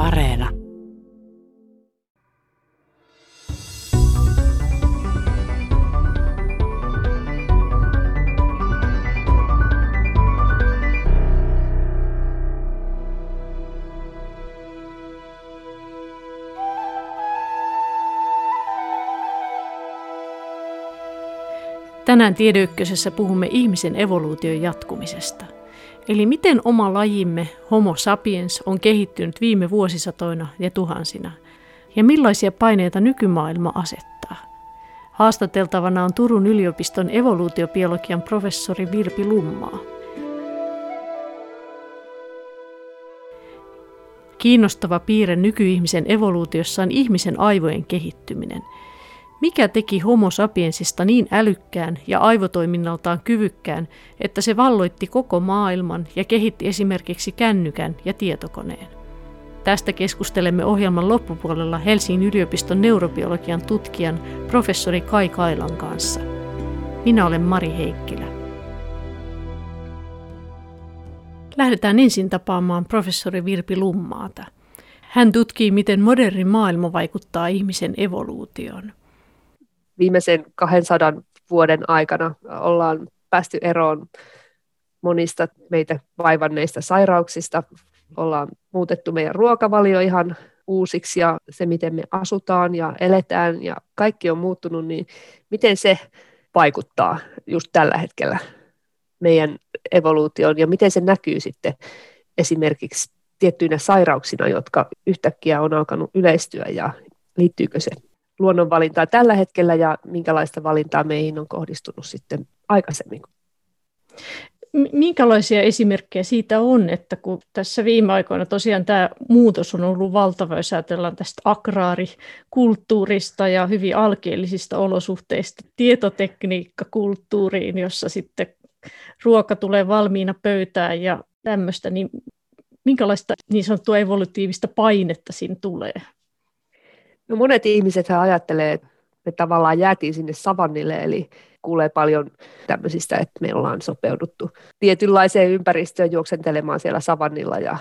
Areena. Tänään Tiedeykkösessä puhumme ihmisen evoluution jatkumisesta. Eli miten oma lajimme Homo sapiens on kehittynyt viime vuosisatoina ja tuhansina, ja millaisia paineita nykymaailma asettaa. Haastateltavana on Turun yliopiston evoluutiobiologian professori Virpi Lummaa. Kiinnostava piirre nykyihmisen evoluutiossa on ihmisen aivojen kehittyminen. Mikä teki Homo sapiensista niin älykkään ja aivotoiminnaltaan kyvykkään, että se valloitti koko maailman ja kehitti esimerkiksi kännykän ja tietokoneen? Tästä keskustelemme ohjelman loppupuolella Helsingin yliopiston neurobiologian tutkijan professori Kai Kailan kanssa. Minä olen Mari Heikkilä. Lähdetään ensin tapaamaan professori Virpi Lummaata. Hän tutkii, miten moderni maailma vaikuttaa ihmisen evoluutioon. Viimeisen 200 vuoden aikana ollaan päästy eroon monista meitä vaivanneista sairauksista. Ollaan muutettu meidän ruokavalio ihan uusiksi ja se, miten me asutaan ja eletään ja kaikki on muuttunut, niin miten se vaikuttaa just tällä hetkellä meidän evoluutioon ja miten se näkyy sitten esimerkiksi tiettyinä sairauksina, jotka yhtäkkiä on alkanut yleistyä ja liittyykö se luonnonvalintaa tällä hetkellä ja minkälaista valintaa meihin on kohdistunut sitten aikaisemmin. Minkälaisia esimerkkejä siitä on, että kun tässä viime aikoina tosiaan tämä muutos on ollut valtava, jos ajatellaan tästä agraarikulttuurista ja hyvin alkeellisista olosuhteista tietotekniikkakulttuuriin, jossa sitten ruoka tulee valmiina pöytään ja tämmöistä, niin minkälaista niin sanottua evolutiivista painetta siinä tulee? No monet ihmiset ajattelee, että me tavallaan jäätiin sinne savannille, eli kuulee paljon tämmöisistä, että me ollaan sopeuduttu tietynlaiseen ympäristöön juoksentelemaan siellä savannilla ja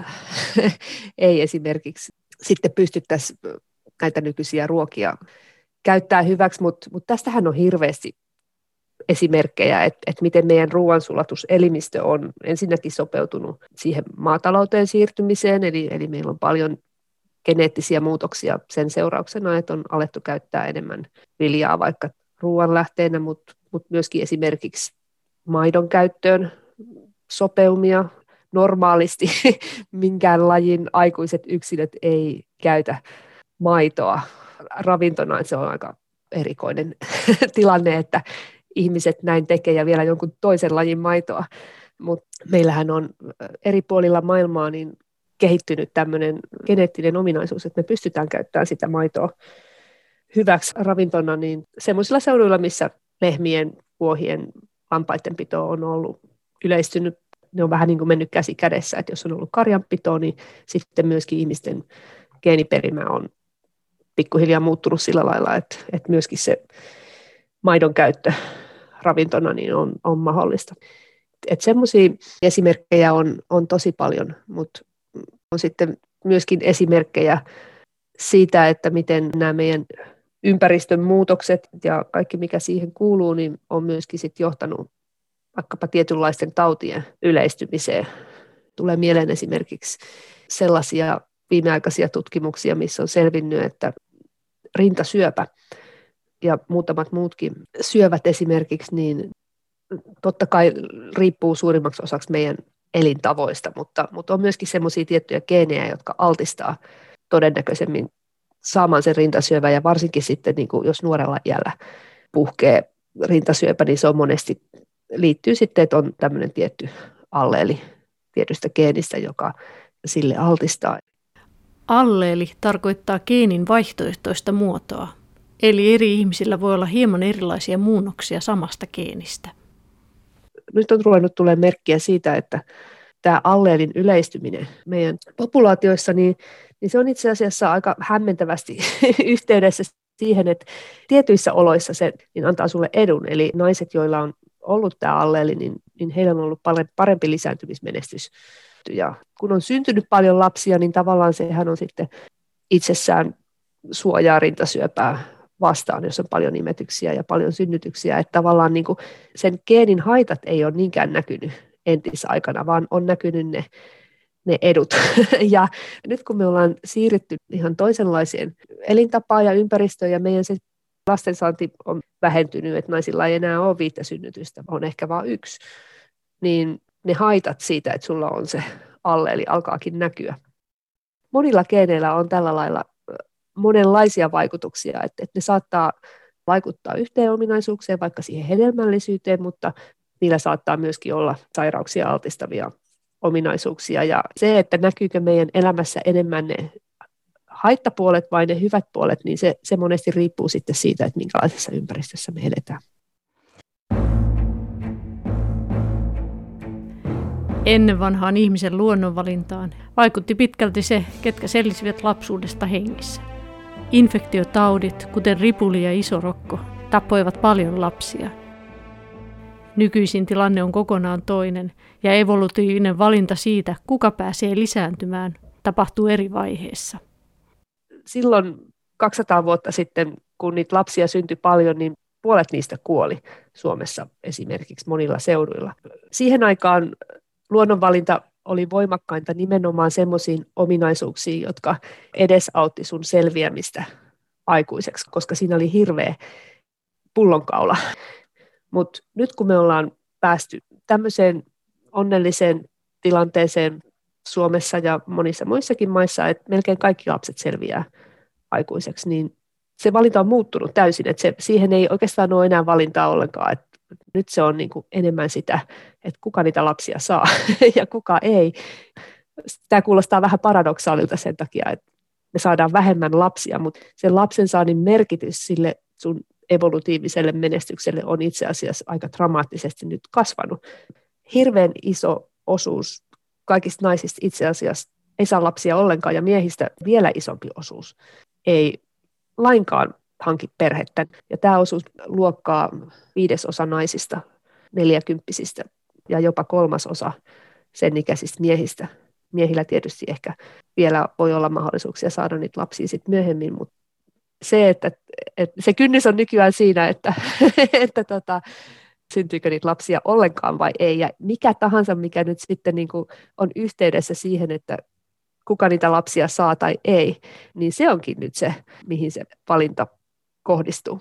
ei esimerkiksi sitten pystyttäisiin näitä nykyisiä ruokia käyttää hyväksi, mutta tästähän on hirveästi esimerkkejä, että miten meidän ruoansulatuselimistö on ensinnäkin sopeutunut siihen maatalouteen siirtymiseen, eli meillä on paljon geneettisiä muutoksia sen seurauksena, että on alettu käyttää enemmän viljaa vaikka ruoanlähteenä, mutta myöskin esimerkiksi maidon käyttöön sopeumia. Normaalisti minkään lajin aikuiset yksilöt ei käytä maitoa ravintona, että se on aika erikoinen tilanne, että ihmiset näin tekee ja vielä jonkun toisen lajin maitoa, mutta meillähän on eri puolilla maailmaa niin kehittynyt tämmöinen geneettinen ominaisuus, että me pystytään käyttämään sitä maitoa hyväksi ravintona, niin semmoisilla seuduilla, missä lehmien, vuohien, lampaiden pito on ollut yleistynyt, ne on vähän niin kuin mennyt käsi kädessä, että jos on ollut karjanpitoa, niin sitten myöskin ihmisten geeniperimä on pikkuhiljaa muuttunut sillä lailla, että myöskin se maidon käyttö ravintona niin on mahdollista. Että semmoisia esimerkkejä on tosi paljon, mutta on sitten myöskin esimerkkejä siitä, että miten nämä meidän ympäristön muutokset ja kaikki mikä siihen kuuluu, niin on myöskin sitten johtanut vaikkapa tietynlaisten tautien yleistymiseen. Tulee mieleen esimerkiksi sellaisia viimeaikaisia tutkimuksia, missä on selvinnyt, että rintasyöpä ja muutamat muutkin syövät esimerkiksi, niin totta kai riippuu suurimmaksi osaksi meidän elintavoista, mutta on myöskin semmoisia tiettyjä geenejä, jotka altistaa todennäköisemmin saamaan sen rintasyövän, ja varsinkin sitten, niin kuin jos nuorella iällä puhkee rintasyöpä, niin se on monesti liittyy sitten, että on tämmöinen tietty alleeli tietystä geenistä, joka sille altistaa. Alleeli tarkoittaa geenin vaihtoehtoista muotoa, eli eri ihmisillä voi olla hieman erilaisia muunnoksia samasta geenistä. Nyt on ruvennut tulemaan merkkiä siitä, että tämä alleelin yleistyminen meidän populaatioissa, niin se on itse asiassa aika hämmentävästi yhteydessä siihen, että tietyissä oloissa se niin antaa sulle edun. Eli naiset, joilla on ollut tämä alleeli, niin heillä on ollut paljon parempi lisääntymismenestys lisätty. Ja kun on syntynyt paljon lapsia, niin tavallaan sehän on sitten itsessään suojaa rintasyöpää vastaan, jos on paljon imetyksiä ja paljon synnytyksiä. Että tavallaan niin kuin sen geenin haitat ei ole niinkään näkynyt entisaikana, vaan on näkynyt ne edut. Ja nyt kun me ollaan siirrytty ihan toisenlaiseen elintapaan ja ympäristöön ja meidän se lastensaanti on vähentynyt, että naisilla ei enää ole 5 synnytystä, on ehkä vain 1, niin ne haitat siitä, että sulla on se alleeli, alkaakin näkyä. Monilla geeneillä on tällä lailla monenlaisia vaikutuksia, että ne saattaa vaikuttaa yhteen ominaisuukseen, vaikka siihen hedelmällisyyteen, mutta niillä saattaa myöskin olla sairauksia altistavia ominaisuuksia. Ja se, että näkyykö meidän elämässä enemmän ne haittapuolet vai ne hyvät puolet, niin se monesti riippuu sitten siitä, että minkälaisessa ympäristössä me eletään. Ennen vanhaan ihmisen luonnonvalintaan vaikutti pitkälti se, ketkä selvisivät lapsuudesta hengissä. Infektiotaudit, kuten ripuli ja isorokko, tappoivat paljon lapsia. Nykyisin tilanne on kokonaan toinen, ja evolutiivinen valinta siitä, kuka pääsee lisääntymään, tapahtuu eri vaiheessa. Silloin 200 vuotta sitten, kun niitä lapsia syntyi paljon, niin puolet niistä kuoli Suomessa esimerkiksi monilla seuduilla. Siihen aikaan luonnonvalinta oli voimakkainta nimenomaan semmoisiin ominaisuuksiin, jotka edesautti sun selviämistä aikuiseksi, koska siinä oli hirveä pullonkaula. Mutta nyt kun me ollaan päästy tämmöiseen onnelliseen tilanteeseen Suomessa ja monissa muissakin maissa, että melkein kaikki lapset selviää aikuiseksi, niin se valinta on muuttunut täysin, että siihen ei oikeastaan ole enää valintaa ollenkaan, että nyt se on niin kuin enemmän sitä, että kuka niitä lapsia saa ja kuka ei. Tämä kuulostaa vähän paradoksaalilta sen takia, että me saadaan vähemmän lapsia, mutta sen lapsen saannin merkitys sille sun evolutiiviselle menestykselle on itse asiassa aika dramaattisesti nyt kasvanut. Hirveän iso osuus kaikista naisista itse asiassa ei saa lapsia ollenkaan ja miehistä vielä isompi osuus ei lainkaan hanki perhettä. Ja tämä osuus luokkaa 5% naisista, 40-vuotiaista ja jopa 1/3 sen ikäisistä miehistä. Miehillä tietysti ehkä vielä voi olla mahdollisuuksia saada niitä lapsia sit myöhemmin, mutta se, että se kynnys on nykyään siinä, että syntyykö niitä lapsia ollenkaan vai ei, ja mikä tahansa, mikä nyt sitten niin kuin on yhteydessä siihen, että kuka niitä lapsia saa tai ei, niin se onkin nyt se, mihin se valinta kohdistuu.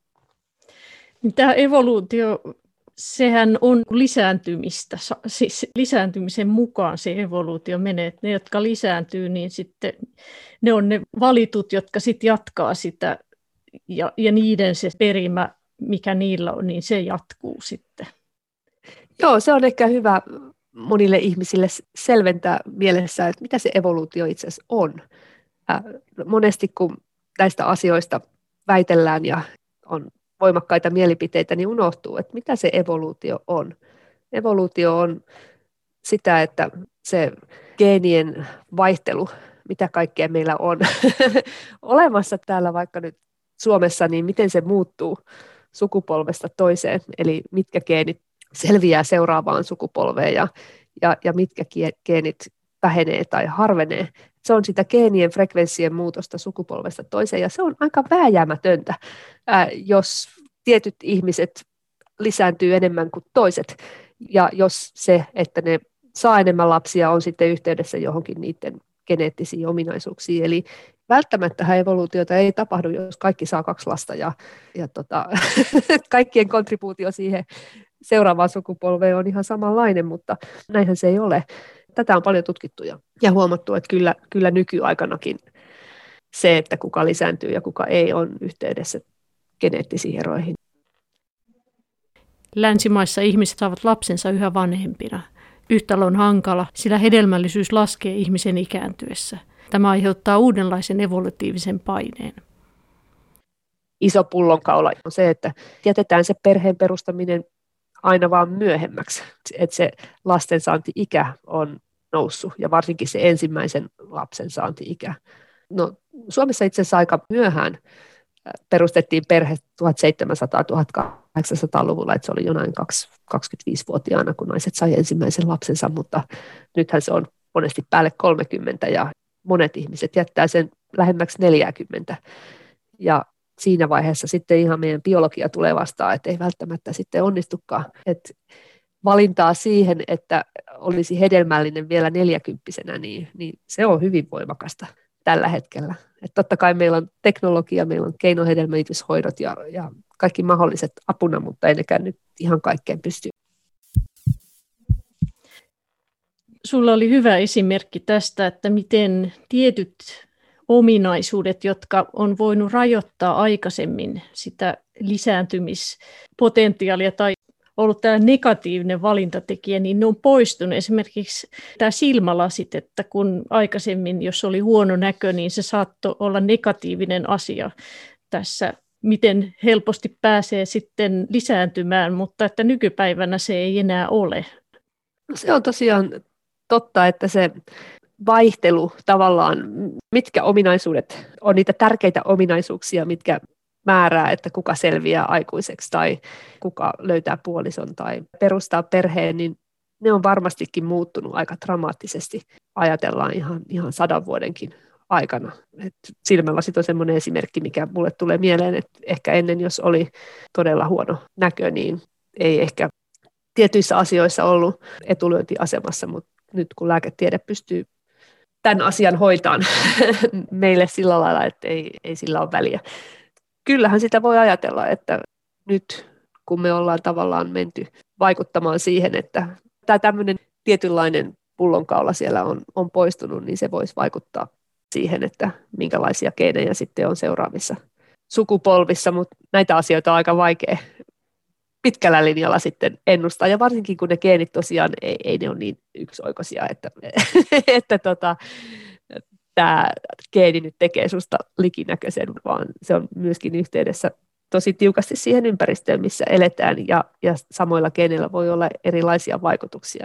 Tämä evoluutio, sehän on lisääntymistä, siis lisääntymisen mukaan se evoluutio menee, että ne, jotka lisääntyy, niin sitten ne on ne valitut, jotka sitten jatkaa sitä, ja niiden se perimä, mikä niillä on, niin se jatkuu sitten. Joo, se on ehkä hyvä monille ihmisille selventää mielessä, että mitä se evoluutio itse asiassa on. Monesti kun näistä asioista väitellään ja on voimakkaita mielipiteitä, niin unohtuu, että mitä se evoluutio on. Evoluutio on sitä, että se geenien vaihtelu, mitä kaikkea meillä on olemassa täällä vaikka nyt Suomessa, niin miten se muuttuu sukupolvesta toiseen, eli mitkä geenit selviää seuraavaan sukupolveen ja mitkä geenit vähenee tai harvenee. Se on sitä geenien frekvenssien muutosta sukupolvesta toiseen, ja se on aika vääjäämätöntä, jos tietyt ihmiset lisääntyy enemmän kuin toiset, ja jos se, että ne saa enemmän lapsia, on sitten yhteydessä johonkin niiden geneettisiin ominaisuuksiin. Eli välttämättä evoluutiota ei tapahdu, jos kaikki saa 2 lasta, ja kaikkien kontribuutio siihen seuraavaan sukupolveen on ihan samanlainen, mutta näinhän se ei ole. Tätä on paljon tutkittu ja huomattu, että kyllä nykyaikanakin se, että kuka lisääntyy ja kuka ei, on yhteydessä geneettisiin eroihin. Länsimaissa ihmiset saavat lapsensa yhä vanhempina. Yhtälö on hankala, sillä hedelmällisyys laskee ihmisen ikääntyessä. Tämä aiheuttaa uudenlaisen evolutiivisen paineen. Iso pullonkaula on se, että jätetään se perheen perustaminen aina vaan myöhemmäksi, että se lastensaanti-ikä on noussut, ja varsinkin se ensimmäisen lapsen saanti-ikä. No, Suomessa itse asiassa aika myöhään perustettiin perhe 1700-1800 1800-luvulla, että se oli jonain 25-vuotiaana, kun naiset sai ensimmäisen lapsensa, mutta nythän se on monesti päälle 30 ja monet ihmiset jättää sen lähemmäksi 40. Ja siinä vaiheessa sitten ihan meidän biologia tulee vastaan, että ei välttämättä sitten onnistukaan. Että valintaa siihen, että olisi hedelmällinen vielä 40-vuotiaana, niin se on hyvin voimakasta tällä hetkellä. Että totta kai meillä on teknologia, meillä on keinohedelmöityshoidot ja kaikki mahdolliset apuna, mutta ei nekään nyt ihan kaikkeen pysty. Sulla oli hyvä esimerkki tästä, että miten tietyt ominaisuudet, jotka on voinut rajoittaa aikaisemmin sitä lisääntymispotentiaalia tai ollut tämä negatiivinen valintatekijä, niin ne on poistunut. Esimerkiksi tämä silmälasit, että kun aikaisemmin, jos oli huono näkö, niin se saattoi olla negatiivinen asia tässä, miten helposti pääsee sitten lisääntymään, mutta että nykypäivänä se ei enää ole. Se on tosiaan totta, että se vaihtelu tavallaan, mitkä ominaisuudet on niitä tärkeitä ominaisuuksia, mitkä määrää, että kuka selviää aikuiseksi tai kuka löytää puolison tai perustaa perheen, niin ne on varmastikin muuttunut aika dramaattisesti. Ajatellaan ihan 100 vuodenkin aikana. Silmälasit on semmoinen esimerkki, mikä mulle tulee mieleen, että ehkä ennen, jos oli todella huono näkö, niin ei ehkä tietyissä asioissa ollut etulyöntiasemassa, mutta nyt kun lääketiede pystyy tämän asian hoitamaan meille sillä lailla, että ei sillä ole väliä. Kyllähän sitä voi ajatella, että nyt kun me ollaan tavallaan menty vaikuttamaan siihen, että tämä tämmöinen tietynlainen pullonkaula siellä on poistunut, niin se voisi vaikuttaa siihen, että minkälaisia geenejä sitten on seuraavissa sukupolvissa, mutta näitä asioita on aika vaikea pitkällä linjalla sitten ennustaa, ja varsinkin kun ne geenit tosiaan ei ne ole niin yksioikoisia, että tämä geeni nyt tekee susta likinäköisen, vaan se on myöskin yhteydessä tosi tiukasti siihen ympäristöön, missä eletään, ja samoilla geeneillä voi olla erilaisia vaikutuksia.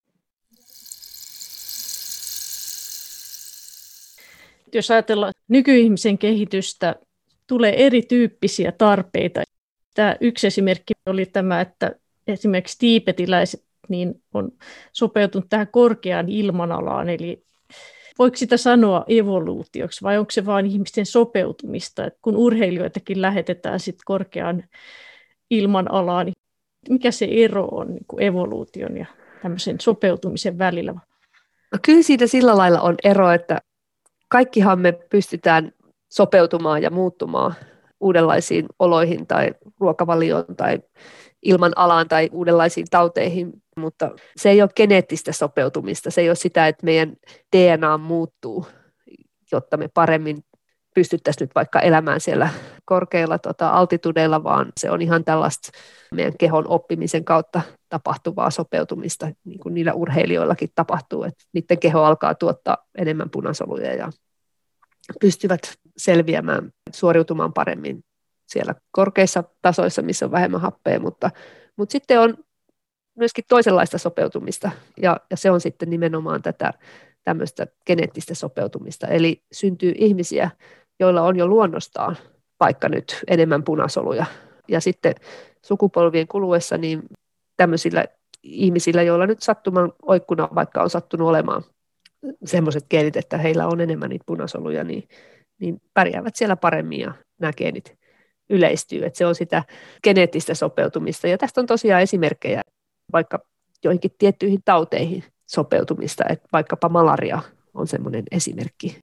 Jos ajatellaan nykyihmisen kehitystä, tulee erityyppisiä tarpeita. Tämä yksi esimerkki oli tämä, että esimerkiksi tiibetiläiset niin on sopeutunut tähän korkeaan ilmanalaan, eli voiko sitä sanoa evoluutioksi vai onko se vain ihmisten sopeutumista, että kun urheilijoitakin lähetetään sit korkeaan ilmanalaan, niin mikä se ero on niin kuin evoluution ja tämmöisen sopeutumisen välillä? No kyllä siitä sillä lailla on ero, että kaikkihan me pystytään sopeutumaan ja muuttumaan uudenlaisiin oloihin tai ruokavalioon tai ilmanalaan tai uudenlaisiin tauteihin, mutta se ei ole geneettistä sopeutumista, se ei ole sitä, että meidän DNA muuttuu, jotta me paremmin pystyttäisiin nyt vaikka elämään siellä korkeilla altitudeilla, vaan se on ihan tällaista meidän kehon oppimisen kautta tapahtuvaa sopeutumista, niin kuin niillä urheilijoillakin tapahtuu, että niiden keho alkaa tuottaa enemmän punasoluja ja pystyvät selviämään, suoriutumaan paremmin siellä korkeissa tasoissa, missä on vähemmän happea, mutta sitten on myöskin toisenlaista sopeutumista, ja se on sitten nimenomaan tätä tämmöistä geneettistä sopeutumista, eli syntyy ihmisiä, joilla on jo luonnostaan vaikka nyt enemmän punasoluja, ja sitten sukupolvien kuluessa niin tämmöisillä ihmisillä, joilla nyt sattuman oikkuna vaikka on sattunut olemaan semmoiset geenit, että heillä on enemmän niitä punasoluja, niin pärjäävät siellä paremmin ja nämä geenit yleistyy, että se on sitä geneettistä sopeutumista, ja tästä on tosiaan esimerkkejä vaikka joihinkin tiettyihin tauteihin sopeutumista, että vaikkapa malaria on semmoinen esimerkki.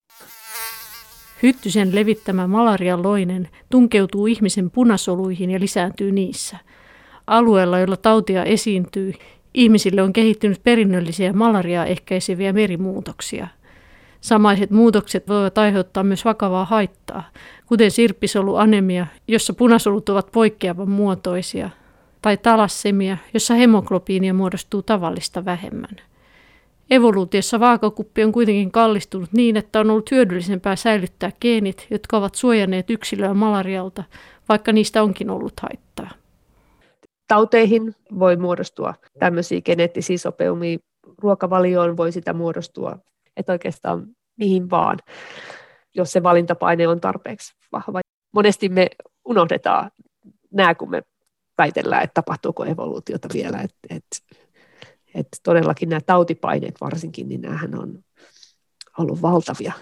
Hyttysen levittämä malarialoinen tunkeutuu ihmisen punasoluihin ja lisääntyy niissä. Alueella, jolla tautia esiintyy, ihmisille on kehittynyt perinnöllisiä malariaa ehkäiseviä merimuutoksia. Samaiset muutokset voivat aiheuttaa myös vakavaa haittaa, kuten sirppisoluanemia, jossa punasolut ovat poikkeavan muotoisia, tai talassemia, jossa hemoglobiinia muodostuu tavallista vähemmän. Evoluutiossa vaakakuppi on kuitenkin kallistunut niin, että on ollut hyödyllisempää säilyttää geenit, jotka ovat suojanneet yksilöä malarialta, vaikka niistä onkin ollut haittaa. Tauteihin voi muodostua tämmöisiä geneettisiä sopeumia, ruokavalioon voi sitä muodostua, että oikeastaan mihin vaan, jos se valintapaine on tarpeeksi vahva. Monesti me unohdetaan nämä, kun me väitellään, että tapahtuuko evoluutiota vielä. Että todellakin nämä tautipaineet varsinkin, niin näähän on ollut valtavia.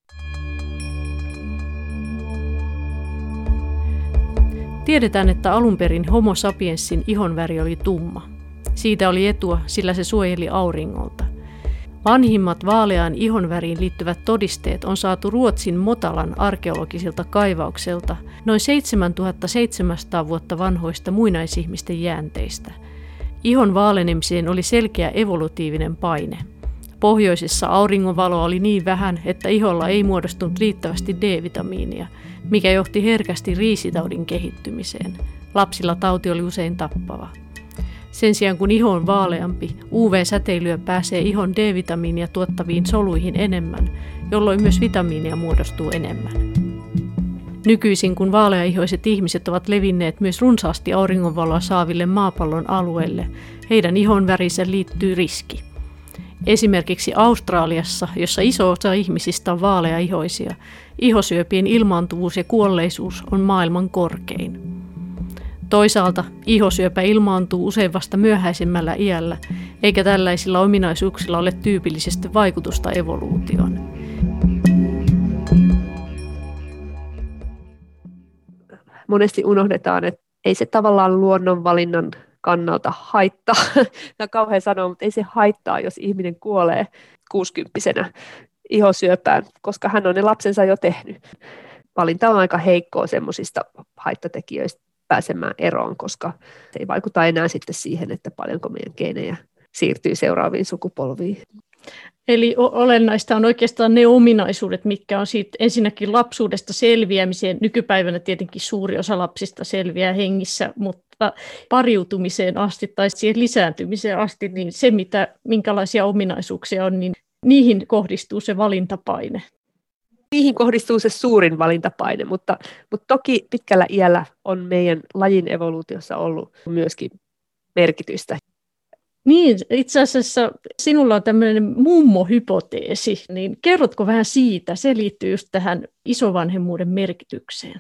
Tiedetään, että alun perin Homo sapiensin ihonväri oli tumma. Siitä oli etua, sillä se suojeli auringolta. Vanhimmat vaaleaan ihonväriin liittyvät todisteet on saatu Ruotsin Motalan arkeologisilta kaivaukselta noin 7700 vuotta vanhoista muinaisihmisten jäänteistä. Ihon vaalenemiseen oli selkeä evolutiivinen paine. Pohjoisessa auringonvaloa oli niin vähän, että iholla ei muodostunut riittävästi D-vitamiinia, mikä johti herkästi riisitaudin kehittymiseen. Lapsilla tauti oli usein tappava. Sen sijaan kun iho on vaaleampi, UV-säteilyä pääsee ihon D-vitamiinia tuottaviin soluihin enemmän, jolloin myös vitamiinia muodostuu enemmän. Nykyisin kun vaaleaihoiset ihmiset ovat levinneet myös runsaasti auringonvaloa saaville maapallon alueille, heidän ihonvärinsä liittyy riski. Esimerkiksi Australiassa, jossa iso osa ihmisistä on vaaleaihoisia, ihosyöpien ilmaantuvuus ja kuolleisuus on maailman korkein. Toisaalta ihosyöpä ilmaantuu usein vasta myöhäisemmällä iällä, eikä tällaisilla ominaisuuksilla ole tyypillisesti vaikutusta evoluutioon. Monesti unohdetaan, että ei se tavallaan luonnonvalinnan kannalta haittaa. Tämä on kauhean sanoa, mutta ei se haittaa, jos ihminen kuolee 60-vuotiaana ihosyöpään, koska hän on ne lapsensa jo tehnyt. Valinta on aika heikkoa semmoisista haittatekijöistä pääsemään eroon, koska se ei vaikuta enää sitten siihen, että paljonko meidän geenejä siirtyy seuraaviin sukupolviin. Eli olennaista on oikeastaan ne ominaisuudet, mitkä on siitä ensinnäkin lapsuudesta selviämiseen. Nykypäivänä tietenkin suuri osa lapsista selviää hengissä, mutta pariutumiseen asti tai siihen lisääntymiseen asti, niin se minkälaisia ominaisuuksia on, niin niihin kohdistuu se valintapaine. Niihin kohdistuu se suurin valintapaine, mutta toki pitkällä iällä on meidän lajin evoluutiossa ollut myöskin merkitystä. Niin, itse asiassa sinulla on tämmöinen mummohypoteesi, niin kerrotko vähän siitä? Se liittyy just tähän isovanhemmuuden merkitykseen.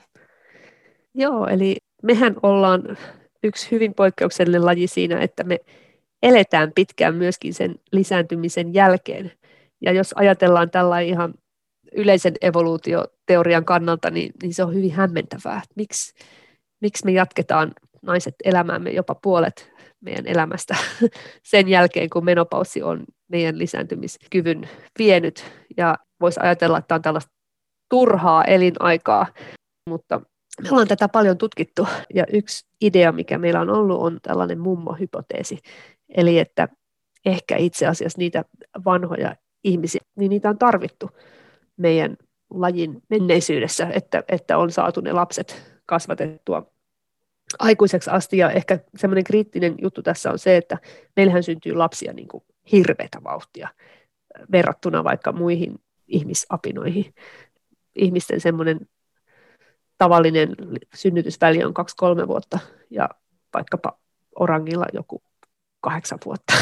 Joo, eli mehän ollaan yksi hyvin poikkeuksellinen laji siinä, että me eletään pitkään myöskin sen lisääntymisen jälkeen. Ja jos ajatellaan tällainen ihan yleisen evoluutioteorian kannalta, niin se on hyvin hämmentävää. Miksi me jatketaan naiset elämäämme jopa puolet meidän elämästä sen jälkeen, kun menopaussi on meidän lisääntymiskyvyn vienyt. Ja voisi ajatella, että tämä on tällaista turhaa elinaikaa, mutta me ollaan tätä paljon tutkittu. Ja yksi idea, mikä meillä on ollut, on tällainen mummohypoteesi. Eli että ehkä itse asiassa niitä vanhoja ihmisiä, niin niitä on tarvittu meidän lajin menneisyydessä, että on saatu ne lapset kasvatettua aikuiseksi asti. Ja ehkä semmoinen kriittinen juttu tässä on se, että meillähän syntyy lapsia niin kuin hirveätä vauhtia verrattuna vaikka muihin ihmisapinoihin. Ihmisten semmoinen tavallinen synnytysväli on 2-3 vuotta ja vaikkapa orangilla joku 8 vuotta.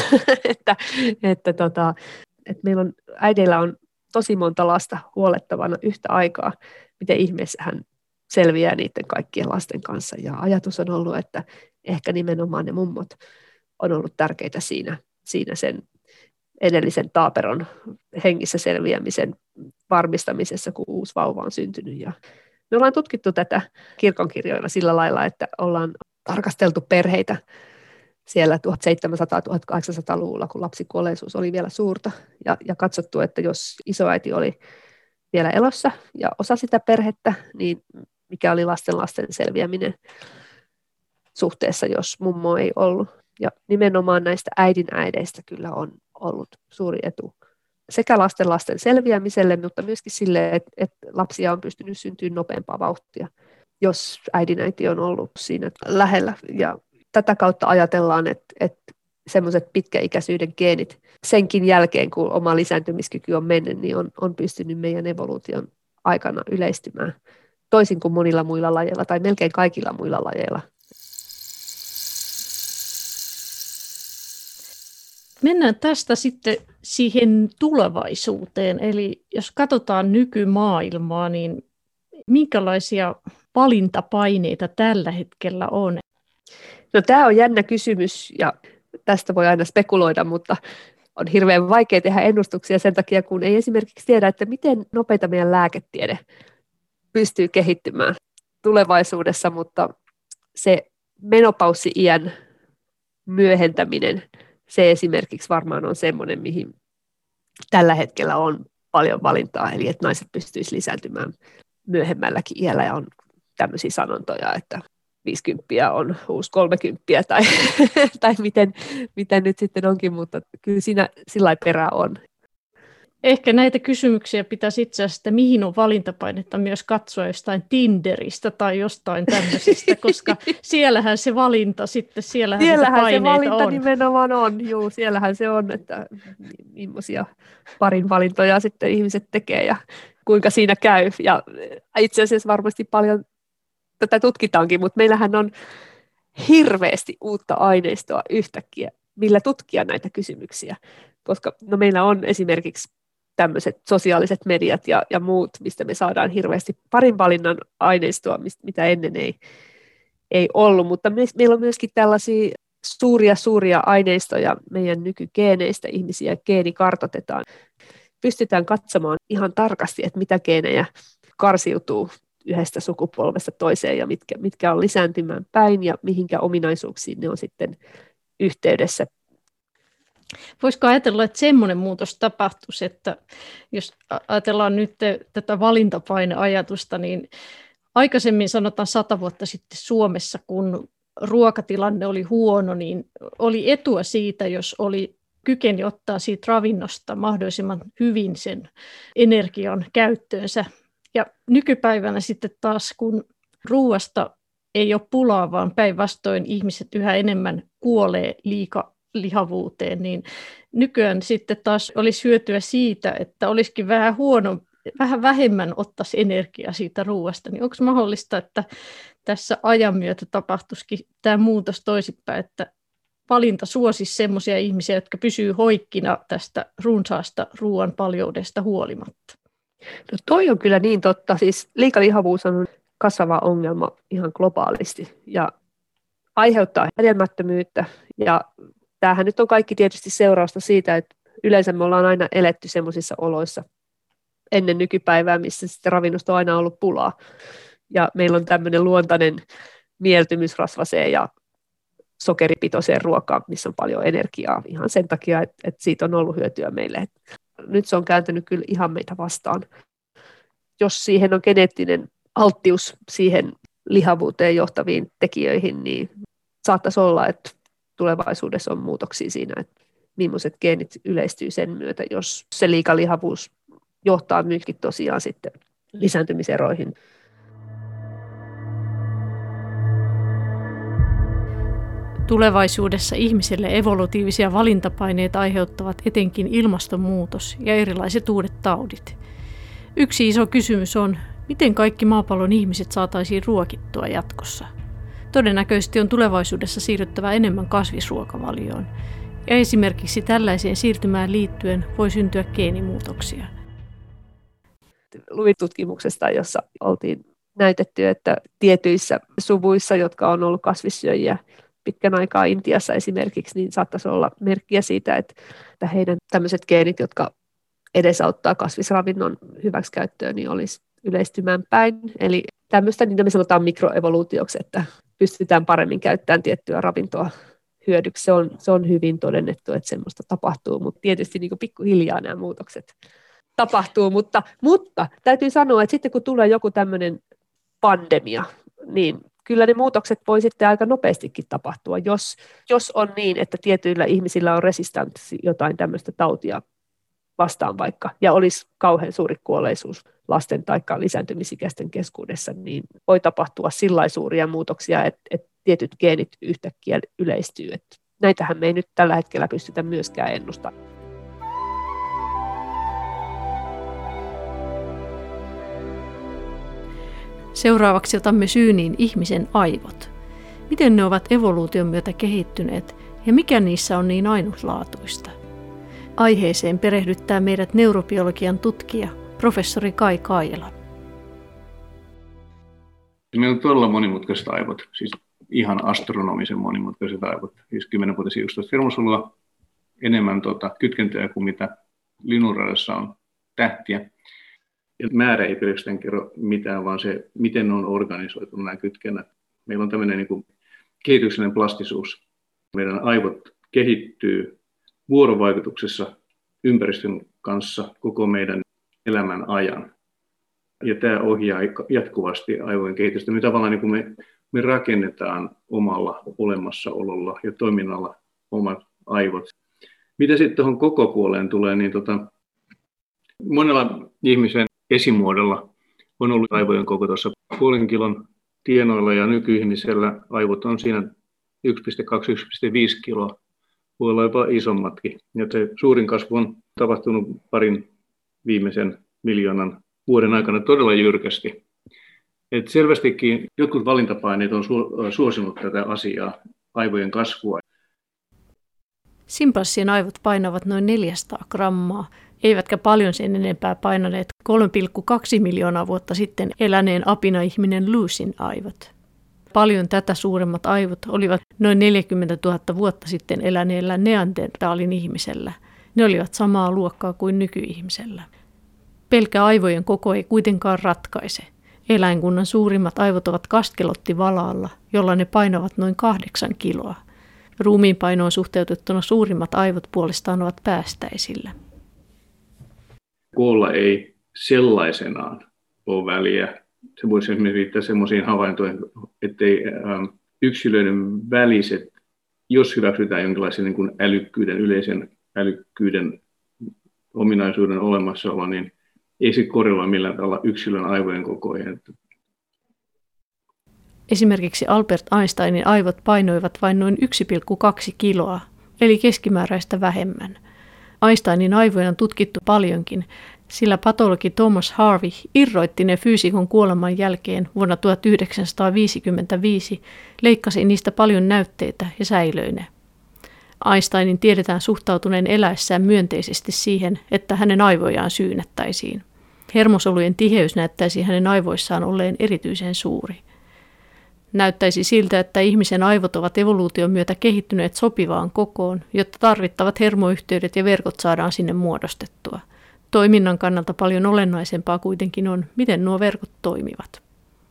että meillä on, äideillä on tosi monta lasta huolettavana yhtä aikaa, miten ihmeessä hän selviää niiden kaikkien lasten kanssa. Ja ajatus on ollut, että ehkä nimenomaan ne mummot on ollut tärkeitä siinä sen edellisen taaperon hengissä selviämisen varmistamisessa, kun uusi vauva on syntynyt. Ja me ollaan tutkittu tätä kirkonkirjoilla sillä lailla, että ollaan tarkasteltu perheitä siellä 1700-1800-luvulla, kun lapsikuolleisuus oli vielä suurta, ja katsottu, että jos isoäiti oli vielä elossa ja osa sitä perhettä, niin mikä oli lasten selviäminen suhteessa, jos mummo ei ollut. Ja nimenomaan näistä äidinäideistä kyllä on ollut suuri etu sekä lasten selviämiselle, mutta myöskin sille, että lapsia on pystynyt syntymään nopeampaa vauhtia, jos äidinäiti on ollut siinä lähellä. Ja tätä kautta ajatellaan, että semmoiset pitkäikäisyyden geenit senkin jälkeen, kun oma lisääntymiskyky on mennyt, niin on pystynyt meidän evoluution aikana yleistymään toisin kuin monilla muilla lajeilla tai melkein kaikilla muilla lajeilla. Mennään tästä sitten siihen tulevaisuuteen. Eli jos katsotaan nykymaailmaa, niin minkälaisia valintapaineita tällä hetkellä on? No tämä on jännä kysymys ja tästä voi aina spekuloida, mutta on hirveän vaikea tehdä ennustuksia sen takia, kun ei esimerkiksi tiedä, että miten nopeita meidän lääketiede pystyy kehittymään tulevaisuudessa, mutta se menopaussi-iän myöhentäminen, se esimerkiksi varmaan on semmoinen, mihin tällä hetkellä on paljon valintaa, eli että naiset pystyisivät lisääntymään myöhemmälläkin iällä, ja on tämmöisiä sanontoja, että 50 on uusi 30 tai miten nyt sitten onkin, mutta kyllä siinä sillä perää on. Ehkä näitä kysymyksiä pitäisi itse asiassa, että mihin on valintapainetta, myös katsoa jostain Tinderistä tai jostain tämmöisestä, koska siellähän se valinta sitten, siellähän se valinta on. Nimenomaan on, juu, siellähän se on, että millaisia parin valintoja sitten ihmiset tekee ja kuinka siinä käy. Ja itse asiassa varmasti paljon tätä tutkitaankin, mutta meillähän on hirveästi uutta aineistoa yhtäkkiä, millä tutkia näitä kysymyksiä, koska meillä on esimerkiksi tämmöiset sosiaaliset mediat ja muut, mistä me saadaan hirveästi parin valinnan aineistoa, mitä ennen ei ollut, mutta meillä on myöskin tällaisia suuria aineistoja meidän nykygeeneistä, ihmisiä geenikartoitetaan. Pystytään katsomaan ihan tarkasti, että mitä geenejä karsiutuu yhdestä sukupolvesta toiseen ja mitkä on lisääntymään päin ja mihinkä ominaisuuksiin ne on sitten yhteydessä. Voisiko ajatella, että semmoinen muutos tapahtuisi, että jos ajatellaan nyt tätä valintapaineajatusta, niin aikaisemmin sanotaan 100 vuotta sitten Suomessa, kun ruokatilanne oli huono, niin oli etua siitä, jos kykeni ottaa siitä ravinnosta mahdollisimman hyvin sen energian käyttöönsä. Ja nykypäivänä sitten taas, kun ruoasta ei ole pulaa, vaan päinvastoin ihmiset yhä enemmän kuolee lihavuuteen, niin nykyään sitten taas olisi hyötyä siitä, että olisikin vähän vähemmän ottaisi energiaa siitä ruoasta. Niin onko mahdollista, että tässä ajan myötä tapahtuisikin tämä muutos toisinpäin, että valinta suosisi sellaisia ihmisiä, jotka pysyvät hoikkina tästä runsaasta ruoan paljoudesta huolimatta? No toi on kyllä niin totta. Siis liikalihavuus on kasvava ongelma ihan globaalisti ja aiheuttaa hedelmättömyyttä. Ja tämähän nyt on kaikki tietysti seurausta siitä, että yleensä me ollaan aina eletty semmoisissa oloissa ennen nykypäivää, missä sitten ravinnosta on aina ollut pulaa. Ja meillä on tämmöinen luontainen mieltymys rasvaseen ja sokeripitoiseen ruokaan, missä on paljon energiaa ihan sen takia, että siitä on ollut hyötyä meille. Nyt se on kääntynyt kyllä ihan meitä vastaan. Jos siihen on geneettinen alttius siihen lihavuuteen johtaviin tekijöihin, niin saattaisi olla, että tulevaisuudessa on muutoksia siinä, että millaiset geenit yleistyy sen myötä, jos se liikalihavuus johtaa myöskin tosiaan sitten lisääntymiseroihin. Tulevaisuudessa ihmiselle evolutiivisia valintapaineita aiheuttavat etenkin ilmastonmuutos ja erilaiset uudet taudit. Yksi iso kysymys on, miten kaikki maapallon ihmiset saataisiin ruokittua jatkossa. Todennäköisesti on tulevaisuudessa siirryttävä enemmän kasvisruokavalioon, ja esimerkiksi tällaiseen siirtymään liittyen voi syntyä geenimuutoksia. Luin tutkimuksesta, jossa oltiin näytetty, että tietyissä suvuissa, jotka on ollut kasvissyöjiä pitkän aikaa Intiassa esimerkiksi, niin saattaisi olla merkkiä siitä, että heidän tämmöiset geenit, jotka edesauttaa kasvisravinnon hyväksikäyttöön, niin olisi yleistymään päin. Eli tämmöistä, niin me sanotaan mikroevoluutioksi, että pystytään paremmin käyttämään tiettyä ravintoa hyödyksi. Se on hyvin todennettu, että semmoista tapahtuu, mutta tietysti niin kuin pikkuhiljaa nämä muutokset tapahtuu. Mutta täytyy sanoa, että sitten kun tulee joku tämmöinen pandemia, niin kyllä ne muutokset voi sitten aika nopeastikin tapahtua, jos on niin, että tietyillä ihmisillä on resistanssi jotain tämmöistä tautia vastaan vaikka, ja olisi kauhean suuri kuolleisuus lasten tai lisääntymisikäisten keskuudessa, niin voi tapahtua sillä suuria muutoksia, että tietyt geenit yhtäkkiä yleistyy. Että näitähän me ei nyt tällä hetkellä pystytä myöskään ennustamaan. Seuraavaksi otamme syyniin ihmisen aivot. Miten ne ovat evoluution myötä kehittyneet ja mikä niissä on niin ainutlaatuista? Aiheeseen perehdyttää meidät neurobiologian tutkija, professori Kai Kaila. Meillä on todella monimutkaiset aivot. Siis ihan astronomisen monimutkaiset aivot, siis 10-11 hermosolua, enemmän kytkentöjä kuin mitä linnunradassa on tähtiä. Ja määrä ei pelkästään kerro mitään, vaan se, miten ne on organisoitu nämä kytkennät. Meillä on tämmöinen niin kuin kehityksellinen plastisuus. Meidän aivot kehittyy vuorovaikutuksessa ympäristön kanssa koko meidän elämän ajan. Ja tämä ohjaa jatkuvasti aivojen kehitystä. Me tavallaan niin kuin me rakennetaan omalla olemassaololla ja toiminnalla omat aivot. Mitä sitten tuohon koko puoleen tulee, niin monella ihmisen esimuodolla on ollut aivojen koko tuossa 0,5 kilon tienoilla ja nykyihmisellä aivot on siinä 1,2-1,5 kiloa. Voi olla jopa isommatkin. Ja se suurin kasvu on tapahtunut parin viimeisen miljoonan vuoden aikana todella jyrkästi. Et selvästikin jotkut valintapaineet on suosinut tätä asiaa, aivojen kasvua. Simpanssien aivot painavat noin 400 grammaa, eivätkä paljon sen enempää painaneet 3,2 miljoonaa vuotta sitten eläneen apinaihminen Lucyn aivot. Paljon tätä suuremmat aivot olivat noin 40 000 vuotta sitten eläneellä Neandertalin ihmisellä. Ne olivat samaa luokkaa kuin nykyihmisellä. Pelkkä aivojen koko ei kuitenkaan ratkaise. Eläinkunnan suurimmat aivot ovat kaskelottivalalla, jolla ne painavat noin 8 kiloa. Ruumiinpainoon suhteutettuna suurimmat aivot puolestaan ovat päästäisillä. Koolla ei sellaisenaan ole väliä. Se voisi esimerkiksi viittaa sellaisiin havaintoihin, ettei yksilöiden väliset, jos hyväksytään jonkinlaisen niin kuin älykkyyden, yleisen älykkyyden ominaisuuden olemassaolo, niin ei se korreloi millään tavalla yksilön aivojen kokoihin. Esimerkiksi Albert Einsteinin aivot painoivat vain noin 1,2 kiloa, eli keskimääräistä vähemmän. Einsteinin aivoja on tutkittu paljonkin, sillä patologi Thomas Harvey irroitti ne fyysikon kuoleman jälkeen vuonna 1955, leikkasi niistä paljon näytteitä ja säilöi ne. Einsteinin tiedetään suhtautuneen eläessään myönteisesti siihen, että hänen aivojaan syynättäisiin. Hermosolujen tiheys näyttäisi hänen aivoissaan olleen erityisen suuri. Näyttäisi siltä, että ihmisen aivot ovat evoluution myötä kehittyneet sopivaan kokoon, jotta tarvittavat hermoyhteydet ja verkot saadaan sinne muodostettua. Toiminnan kannalta paljon olennaisempaa kuitenkin on, miten nuo verkot toimivat.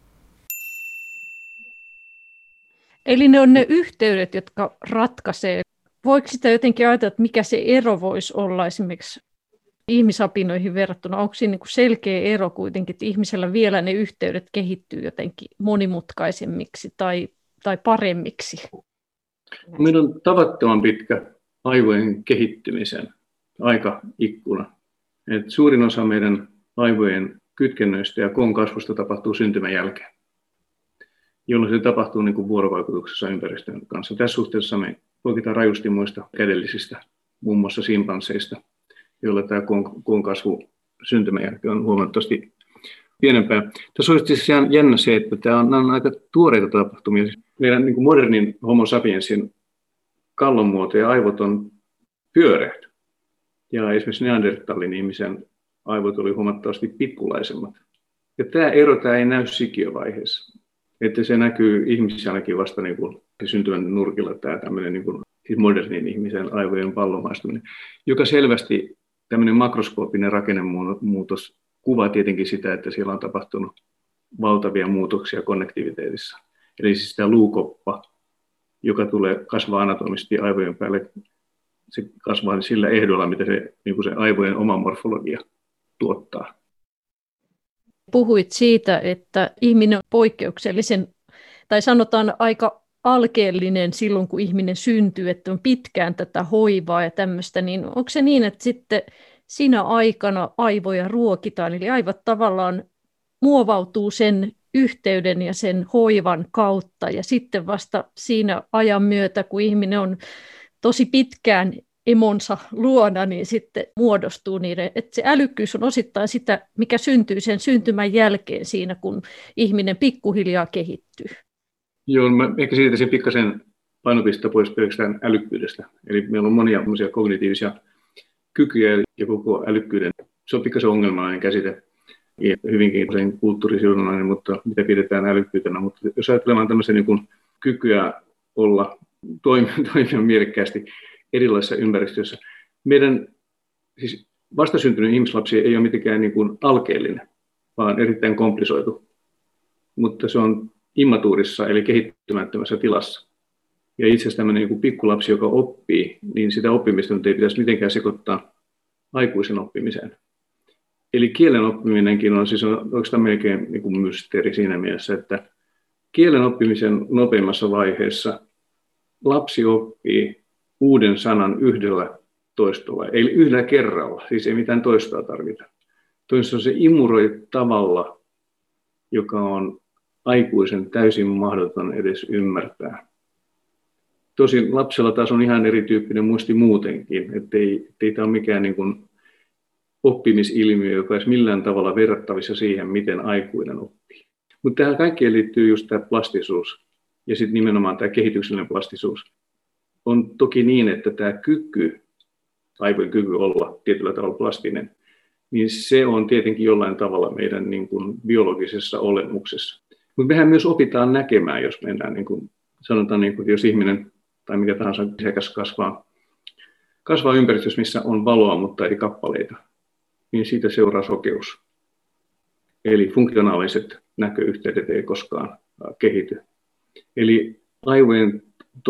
Eli ne on ne yhteydet, jotka ratkaisee. Voiko sitä jotenkin ajatella, että mikä se ero voisi olla esimerkiksi ihmisapinoihin verrattuna? Onko siinä niin kuin selkeä ero kuitenkin, että ihmisellä vielä ne yhteydet kehittyy jotenkin monimutkaisemmiksi tai paremmiksi? Meillä on tavattoman pitkä aivojen kehittymisen aikaikkuna. Et suurin osa meidän aivojen kytkennöistä ja koon kasvusta tapahtuu syntymän jälkeen, jolloin se tapahtuu niin kuin vuorovaikutuksessa ympäristön kanssa. Tässä suhteessa me poikitaan rajusti muista kädellisistä, muun muassa simpansseista, joilla tämä koon kasvu syntymän jälkeen on huomattavasti pienempää. Tässä olisi siis jännä se, että tämä on aika tuoreita tapahtumia. Meidän niin kuin modernin homo sapiensin kallonmuoto ja aivot on pyöreät. Ja esimerkiksi Neandertalin ihmisen aivot oli huomattavasti pikkulaisemmat. Ja tämä ero ei näy sikiövaiheessa. Että se näkyy ihmiselläkin vasta niin kuin syntymän nurkilla tämä tämmöinen niin kuin, siis modernin ihmisen aivojen pallomaistuminen, joka selvästi tämmöinen makroskooppinen rakennemuutos kuvaa tietenkin sitä, että siellä on tapahtunut valtavia muutoksia konnektiviteetissa. Eli siis tämä luukoppa, joka tulee kasvaa anatomisesti aivojen päälle, se kasvaa sillä ehdolla, mitä se, niin kuin se aivojen oma morfologia tuottaa. Puhuit siitä, että ihminen on poikkeuksellisen, tai sanotaan aika alkeellinen silloin, kun ihminen syntyy, että on pitkään tätä hoivaa ja tämmöistä, niin onko se niin, että sitten siinä aikana aivoja ruokitaan, eli aivot tavallaan muovautuu sen yhteyden ja sen hoivan kautta, ja sitten vasta siinä ajan myötä, kun ihminen on tosi pitkään emonsa luona, niin sitten muodostuu niiden, että se älykkyys on osittain sitä, mikä syntyy sen syntymän jälkeen siinä, kun ihminen pikkuhiljaa kehittyy. Joo, mä ehkä siirtäisin pikkasen painopistettä pois pelkästään älykkyydestä. Eli meillä on monia kognitiivisia kykyjä ja koko älykkyyden. Se on pikkasen ongelmallinen käsite ja hyvinkin kulttuurisidonnainen, mutta mitä pidetään älykkyytenä. Mutta jos ajatellaan tämmöisen niin kuin kykyä toimia mielekkäästi erilaisissa ympäristöissä. Meidän siis vastasyntynyt ihmislapsi ei ole mitenkään niin kuin alkeellinen, vaan erittäin komplisoitu, mutta se on immatuurissa eli kehittymättömässä tilassa. Ja itse asiassa tämmöinen niin pikkulapsi, joka oppii, niin sitä oppimista ei pitäisi mitenkään sekoittaa aikuisen oppimiseen. Eli kielen oppiminenkin on siis oikeastaan melkein niin kuin mysteeri siinä mielessä, että kielen oppimisen nopeimmassa vaiheessa lapsi oppii uuden sanan yhdellä toistolla, ei yhdellä kerralla, siis ei mitään toistoa tarvita. Toisaalta se imuroi tavalla, joka on aikuisen täysin mahdoton edes ymmärtää. Tosin lapsella taas on ihan erityyppinen muisti muutenkin, ettei tämä ole mikään niin kuin oppimisilmiö, joka olisi millään tavalla verrattavissa siihen, miten aikuinen oppii. Mutta tähän kaikkeen liittyy just tämä plastisuus ja sitten nimenomaan tämä kehityksellinen plastisuus. On toki niin, että tämä aivojen kyky olla tietyllä tavalla plastinen, niin se on tietenkin jollain tavalla meidän niin kuin biologisessa olemuksessa. Mutta mehän myös opitaan näkemään, jos mennään, niin kuin, sanotaan, niin kuin, jos ihminen tai mikä tahansa isäkäs kasvaa ympäristössä, missä on valoa, mutta ei kappaleita, niin siitä seuraa sokeus. Eli funktionaaliset näköyhteydet ei koskaan kehity. Eli aivojen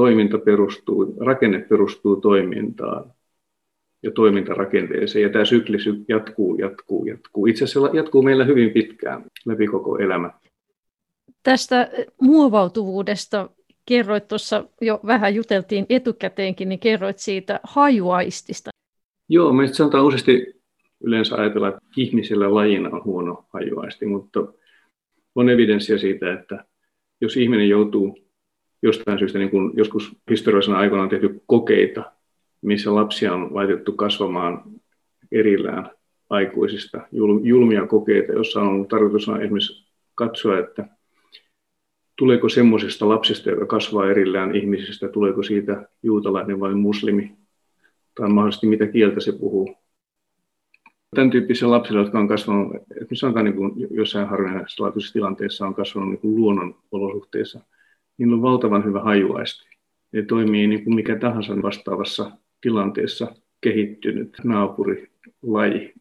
rakenne perustuu toimintaan ja toimintarakenteeseen, ja tämä sykli jatkuu. Itse asiassa jatkuu meillä hyvin pitkään läpi koko elämä. Tästä muovautuvuudesta kerroit tuossa, jo vähän juteltiin etukäteenkin, niin kerroit siitä hajuaistista. Joo, me sanotaan useasti yleensä ajatella, että ihmisellä lajina on huono hajuaisti, mutta on evidenssiä siitä, että jos ihminen joutuu jostain syystä, niin kuin joskus historiallisena aikana on tehty kokeita, missä lapsia on laitettu kasvamaan erillään aikuisista, julmia kokeita, joissa on ollut tarkoituksena esimerkiksi katsoa, että tuleeko semmoisesta lapsesta, joka kasvaa erillään ihmisistä, tuleeko siitä juutalainen vai muslimi, tai mahdollisesti mitä kieltä se puhuu. Tämän tyyppisillä lapsilla, jotka on kasvanut, että sanotaan niin kuin jossain harvinaisessa tilanteessa on kasvanut niin kuin luonnon olosuhteissa, niillä on valtavan hyvä hajuaisti. Ne toimii niin kuin mikä tahansa vastaavassa tilanteessa kehittynyt naapurilaji,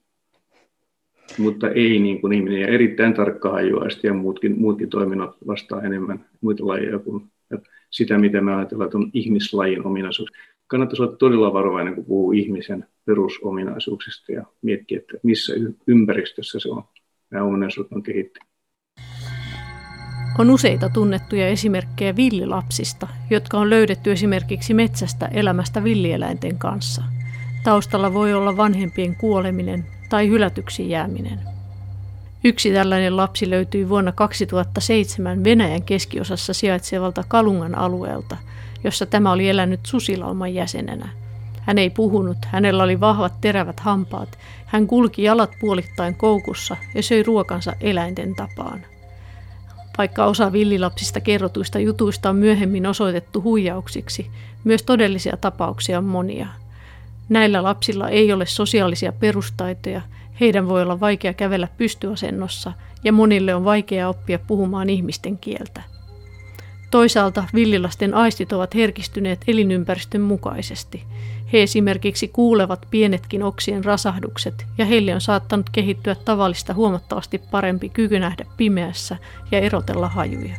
mutta ei niin kuin ihminen. Ja erittäin tarkka hajuaisti ja muutkin toiminnot vastaa enemmän muita lajeja kuin sitä, mitä me ajatellaan, että on ihmislajin ominaisuus. Kannattaisi olla todella varovainen, kun puhuu ihmisen perusominaisuuksista ja miettiä, että missä ympäristössä se on. Nämä ominaisuudet on kehittynyt. On useita tunnettuja esimerkkejä villilapsista, jotka on löydetty esimerkiksi metsästä elämästä villieläinten kanssa. Taustalla voi olla vanhempien kuoleminen tai hylätyksi jääminen. Yksi tällainen lapsi löytyi vuonna 2007 Venäjän keskiosassa sijaitsevalta Kalungan alueelta, jossa tämä oli elänyt susilauman jäsenenä. Hän ei puhunut, hänellä oli vahvat terävät hampaat, hän kulki jalat puolittain koukussa ja söi ruokansa eläinten tapaan. Vaikka osa villilapsista kerrotuista jutuista on myöhemmin osoitettu huijauksiksi, myös todellisia tapauksia on monia. Näillä lapsilla ei ole sosiaalisia perustaitoja, heidän voi olla vaikea kävellä pystyasennossa ja monille on vaikea oppia puhumaan ihmisten kieltä. Toisaalta villilasten aistit ovat herkistyneet elinympäristön mukaisesti. He esimerkiksi kuulevat pienetkin oksien rasahdukset ja heille on saattanut kehittyä tavallista huomattavasti parempi kyky nähdä pimeässä ja erotella hajuja.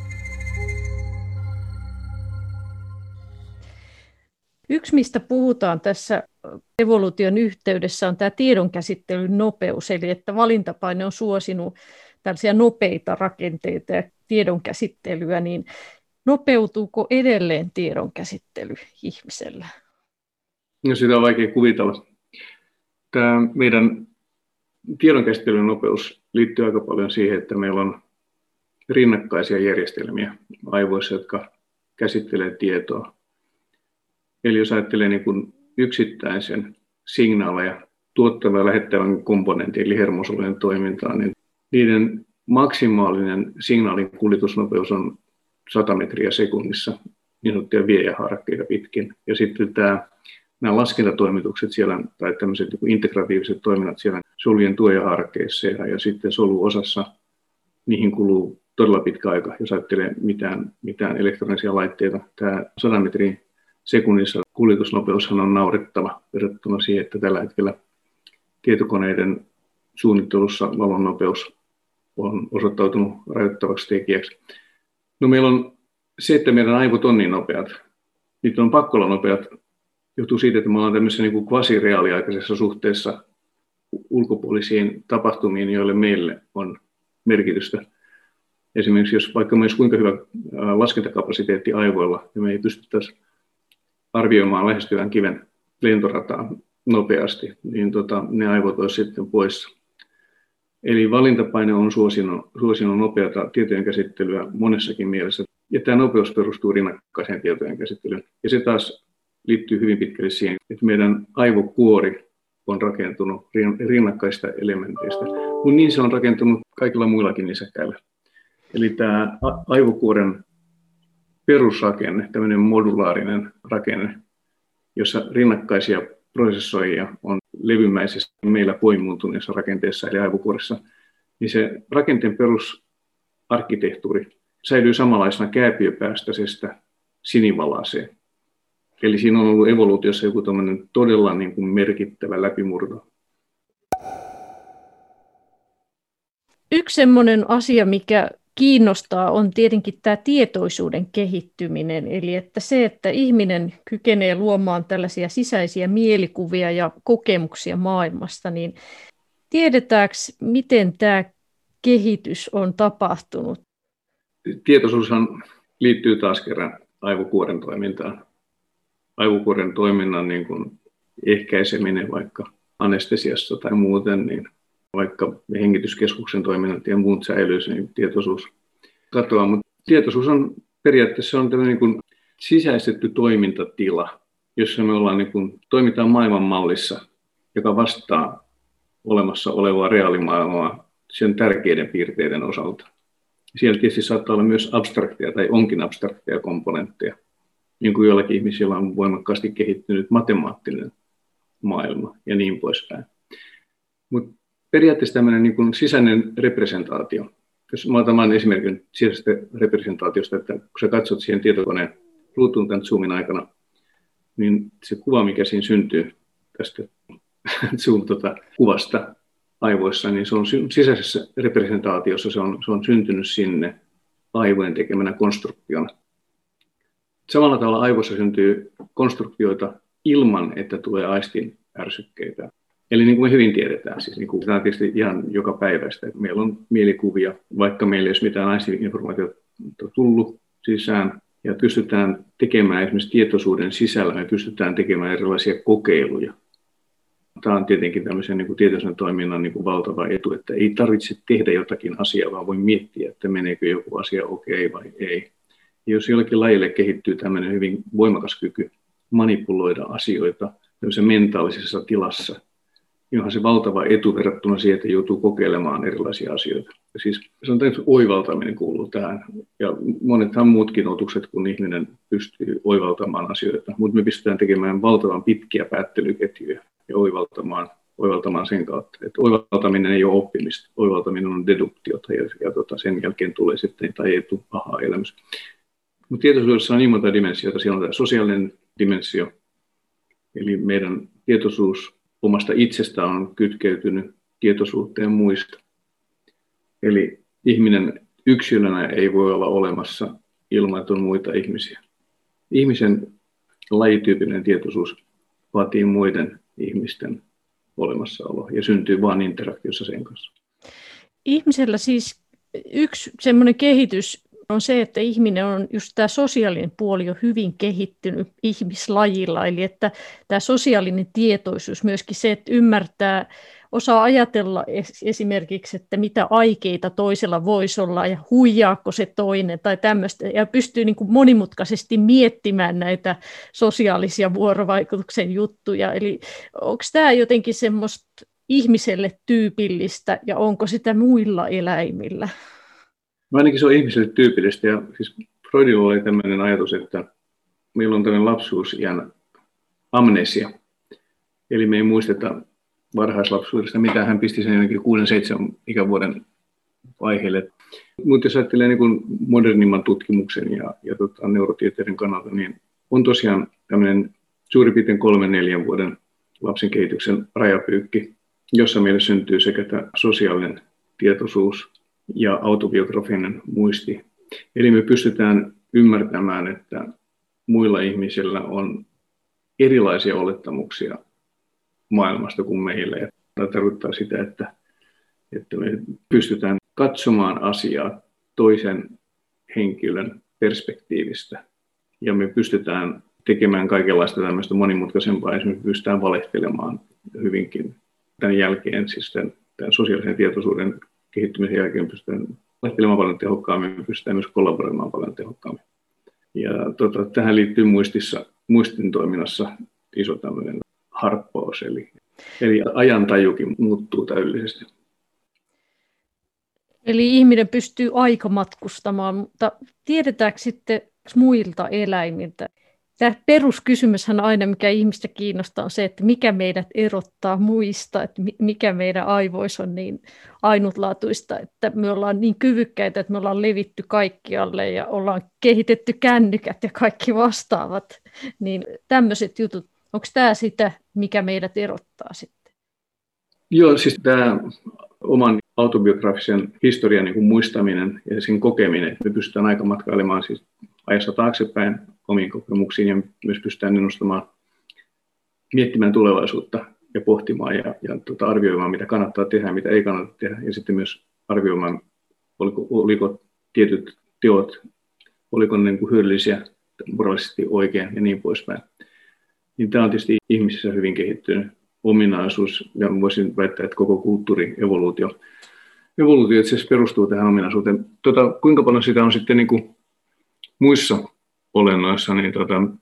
Yksi, mistä puhutaan tässä evoluution yhteydessä, on tämä tiedonkäsittelyn nopeus, eli että valintapaine on suosinut tällaisia nopeita rakenteita ja tiedonkäsittelyä, niin nopeutuuko edelleen tiedonkäsittely ihmisellä? No, sitä on vaikea kuvitella. Tämä meidän tiedonkäsittelyn nopeus liittyy aika paljon siihen, että meillä on rinnakkaisia järjestelmiä aivoissa, jotka käsittelee tietoa. Eli jos ajattelee niin kuin yksittäisen signaaleja tuottavan ja lähettävän komponentin, eli hermosolujen toimintaa, niin niiden maksimaalinen signaalin kuljetusnopeus on 100 metriä sekunnissa, niin sanottuja viejähaarukkeita pitkin. Ja sitten nämä laskentatoimitukset siellä, tai tämmöiset integratiiviset toiminnat siellä solujen tuojahaarakkeissa ja sitten soluosassa, niihin kuluu todella pitkä aika, jos ajattelee mitään elektronisia laitteita. Tämä 100 metrin sekunnissa kuljetusnopeushan on naurettava verrattuna siihen, että tällä hetkellä tietokoneiden suunnittelussa valonnopeus on osoittautunut rajoittavaksi tekijäksi. No meillä on se, että meidän aivot on niin nopeat. Niitä on pakko olla nopeat. Johtuu siitä, että me ollaan tämmöisessä niin kuin kvasireaaliaikaisessa suhteessa ulkopuolisiin tapahtumiin, joille meille on merkitystä. Esimerkiksi jos vaikka meillä olisi kuinka hyvä laskentakapasiteetti aivoilla, ja me ei pystyttäisi arvioimaan lähestyvän kiven lentorataa nopeasti, niin ne aivot olisi sitten poissa. Eli valintapaine on suosinut nopeata tietojen käsittelyä monessakin mielessä. Ja tämä nopeus perustuu rinnakkaiseen tietojen käsittelyyn. Ja se taas liittyy hyvin pitkälle siihen, että meidän aivokuori on rakentunut rinnakkaista elementeistä. Mutta niin se on rakentunut kaikilla muillakin nisäkkäillä. Eli tämä aivokuoren perusrakenne, tämmöinen modulaarinen rakenne, jossa rinnakkaisia prosessoijia on levymäisesti meillä poimuuntuneessa rakenteessa eli aivokuoressa, niin se rakenteen perusarkkitehtuuri säilyy samanlaisena kääpiöpäästöisestä sinivalaseen. Eli siinä on ollut evoluutiossa joku todella niin kuin merkittävä läpimurto. Yksi sellainen asia, mikä kiinnostaa, on tietenkin tämä tietoisuuden kehittyminen. Eli että se, että ihminen kykenee luomaan tällaisia sisäisiä mielikuvia ja kokemuksia maailmasta, niin tiedetäänkö, miten tämä kehitys on tapahtunut? Tietoisuushan liittyy taas kerran aivokuoren toimintaan. Aivokuoren toiminnan niin kuin ehkäiseminen vaikka anestesiassa tai muuten, niin vaikka hengityskeskuksen toiminnat ja muut säilyisi, niin tietoisuus katoaa. Mutta tietoisuus on periaatteessa tämmöinen niin kuin sisäistetty toimintatila, jossa me toimitaan maailmanmallissa, joka vastaa olemassa olevaa reaalimaailmaa sen tärkeiden piirteiden osalta. Siellä tietysti saattaa olla myös abstrakteja tai onkin abstrakteja komponentteja, niin kuin joillakin ihmisillä on voimakkaasti kehittynyt matemaattinen maailma ja niin poispäin. Mutta periaatteessa tämmöinen niin kuin sisäinen representaatio. Jos mä otan esimerkin sisäisestä representaatiosta, että kun sä katsot siihen tietokoneen Bluetooth tämän Zoomin aikana, niin se kuva, mikä siinä syntyy tästä Zoom-kuvasta aivoissa, niin se on sisäisessä representaatiossa, se on syntynyt sinne aivojen tekemänä konstruktiona. Samalla tavalla aivoissa syntyy konstruktioita ilman, että tulee aistin ärsykkeitä. Eli niin kuin me hyvin tiedetään, siis niin kuin, tämä on tietysti ihan joka päivästä, että meillä on mielikuvia, vaikka meillä ei olisi mitään aistinformaatiota tullut sisään, ja pystytään tekemään esimerkiksi tietoisuuden sisällä, me pystytään tekemään erilaisia kokeiluja. Tämä on tietenkin tämmöisen niin kuin tietoisen toiminnan niin kuin valtava etu, että ei tarvitse tehdä jotakin asiaa, vaan voi miettiä, että meneekö joku asia okei vai ei. Ja jos jollakin lajille kehittyy tämmöinen hyvin voimakas kyky manipuloida asioita tämmöisessä mentaalisessa tilassa, niin onhan se valtava etu verrattuna siihen, että joutuu kokeilemaan erilaisia asioita. Ja siis sanotaan, että oivaltaminen kuuluu tähän. Ja monethan muutkin otukset, kun ihminen pystyy oivaltamaan asioita. Mutta me pystytään tekemään valtavan pitkiä päättelyketjuja ja oivaltamaan sen kautta. Että oivaltaminen ei ole oppimista. Oivaltaminen on deduktiota ja sen jälkeen tulee sitten tai ei tule aha-elämys. Mutta tietoisuudessa on niin monta dimensioita. Siellä on tämä sosiaalinen dimensio, eli meidän tietoisuus omasta itsestä on kytkeytynyt tietoisuuteen muista. Eli ihminen yksilönä ei voi olla olemassa ilman, että on muita ihmisiä. Ihmisen lajityypillinen tietoisuus vaatii muiden ihmisten olemassaolo ja syntyy vain interaktiossa sen kanssa. Ihmisellä siis yksi semmoinen kehitys on se, että ihminen on just tämä sosiaalinen puoli jo hyvin kehittynyt ihmislajilla, eli että tämä sosiaalinen tietoisuus, myöskin se, että ymmärtää, osaa ajatella esimerkiksi, että mitä aikeita toisella voisi olla ja huijaako se toinen tai tämmöistä, ja pystyy niin kuin monimutkaisesti miettimään näitä sosiaalisia vuorovaikutuksen juttuja, eli onko tämä jotenkin semmoista ihmiselle tyypillistä ja onko sitä muilla eläimillä? Ainakin se on ihmiselle tyypillistä, ja siis Freudilla oli tämmöinen ajatus, että meillä on tämmöinen lapsuusiän amnesia, eli me ei muisteta varhaislapsuudesta, mitä hän pisti sen 6-7 ikävuoden vaiheille. Mutta jos ajattelee niin kuin modernimman tutkimuksen ja neurotieteiden kannalta, niin on tosiaan tämmöinen suurin piirtein 3-4 vuoden lapsen kehityksen rajapyykki, jossa meille syntyy sekä tämä sosiaalinen tietoisuus ja autobiografinen muisti. Eli me pystytään ymmärtämään, että muilla ihmisillä on erilaisia olettamuksia maailmasta kuin meillä. Ja tämä tarkoittaa sitä, että me pystytään katsomaan asiaa toisen henkilön perspektiivistä. Ja me pystytään tekemään kaikenlaista tämmöistä monimutkaisempaa, esimerkiksi pystytään valehtelemaan hyvinkin tämän jälkeen, siis tämän sosiaalisen tietoisuuden kehittymisen jälkeen pystytään valehtelemaan paljon tehokkaammin, me pystytään myös kollaboimaan paljon tehokkaammin. Ja tähän liittyy muistin toiminnassa iso tämmöinen harppaus, eli ajantajukin muuttuu täydellisesti. Eli ihminen pystyy aikamatkustamaan, mutta tiedetäänkö sitten muilta eläimiltä? Tämä peruskysymyshän aina, mikä ihmistä kiinnostaa, on se, että mikä meidät erottaa muista, että mikä meidän aivoissa on niin ainutlaatuista, että me ollaan niin kyvykkäitä, että me ollaan levitty kaikkialle ja ollaan kehitetty kännykät ja kaikki vastaavat. Niin tämmöiset jutut, onko tämä sitä, mikä meidät erottaa sitten? Joo, siis tämä oman autobiografisen historian niin kuin muistaminen ja sen kokeminen, että me pystytään aikamatkailemaan siis ajassa taaksepäin omiin kokemuksiin ja myös pystytään ennustamaan, miettimään tulevaisuutta ja pohtimaan ja arvioimaan, mitä kannattaa tehdä ja mitä ei kannata tehdä. Ja sitten myös arvioimaan, oliko tietyt teot, oliko ne niin kuin hyödyllisiä, moraalisesti oikein ja niin poispäin. Niin tämä on tietysti ihmisissä hyvin kehittynyt ominaisuus, ja voisin väittää, että koko kulttuurievoluutio itse asiassa perustuu tähän ominaisuuteen. Kuinka paljon sitä on sitten niin kuin muissa olennoissa, niin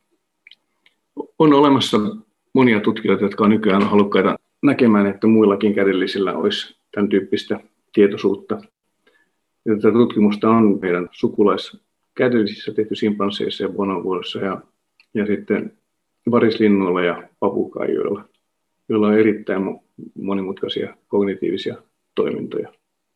on olemassa monia tutkijoita, jotka on nykyään halukkaita näkemään, että muillakin kädellisillä olisi tämän tyyppistä tietoisuutta. Ja tätä tutkimusta on meidän sukulaiskädellisissä tehty simpansseissa ja bonoboissa ja sitten varislinnuilla ja papukaijoilla, joilla on erittäin monimutkaisia kognitiivisia toimintoja.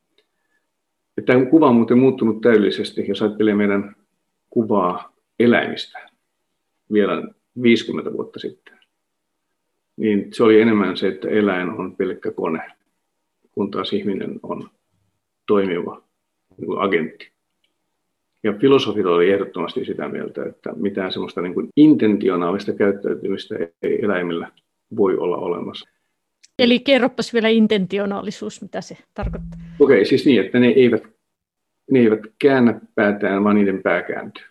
Ja tämä kuva on muuten muuttunut täydellisesti, jos ajattelee meidän kuvaa eläimistä vielä 50 vuotta sitten. Niin se oli enemmän se, että eläin on pelkkä kone, kun taas ihminen on toimiva niin kuin agentti. Ja filosofit oli ehdottomasti sitä mieltä, että mitään semmoista niin kuin intentionaalista käyttäytymistä ei eläimillä voi olla olemassa. Eli kerropas vielä intentionaalisuus, mitä se tarkoittaa. Okei, siis niin, että ne eivät käännä päätään, vaan niiden pää kääntyy.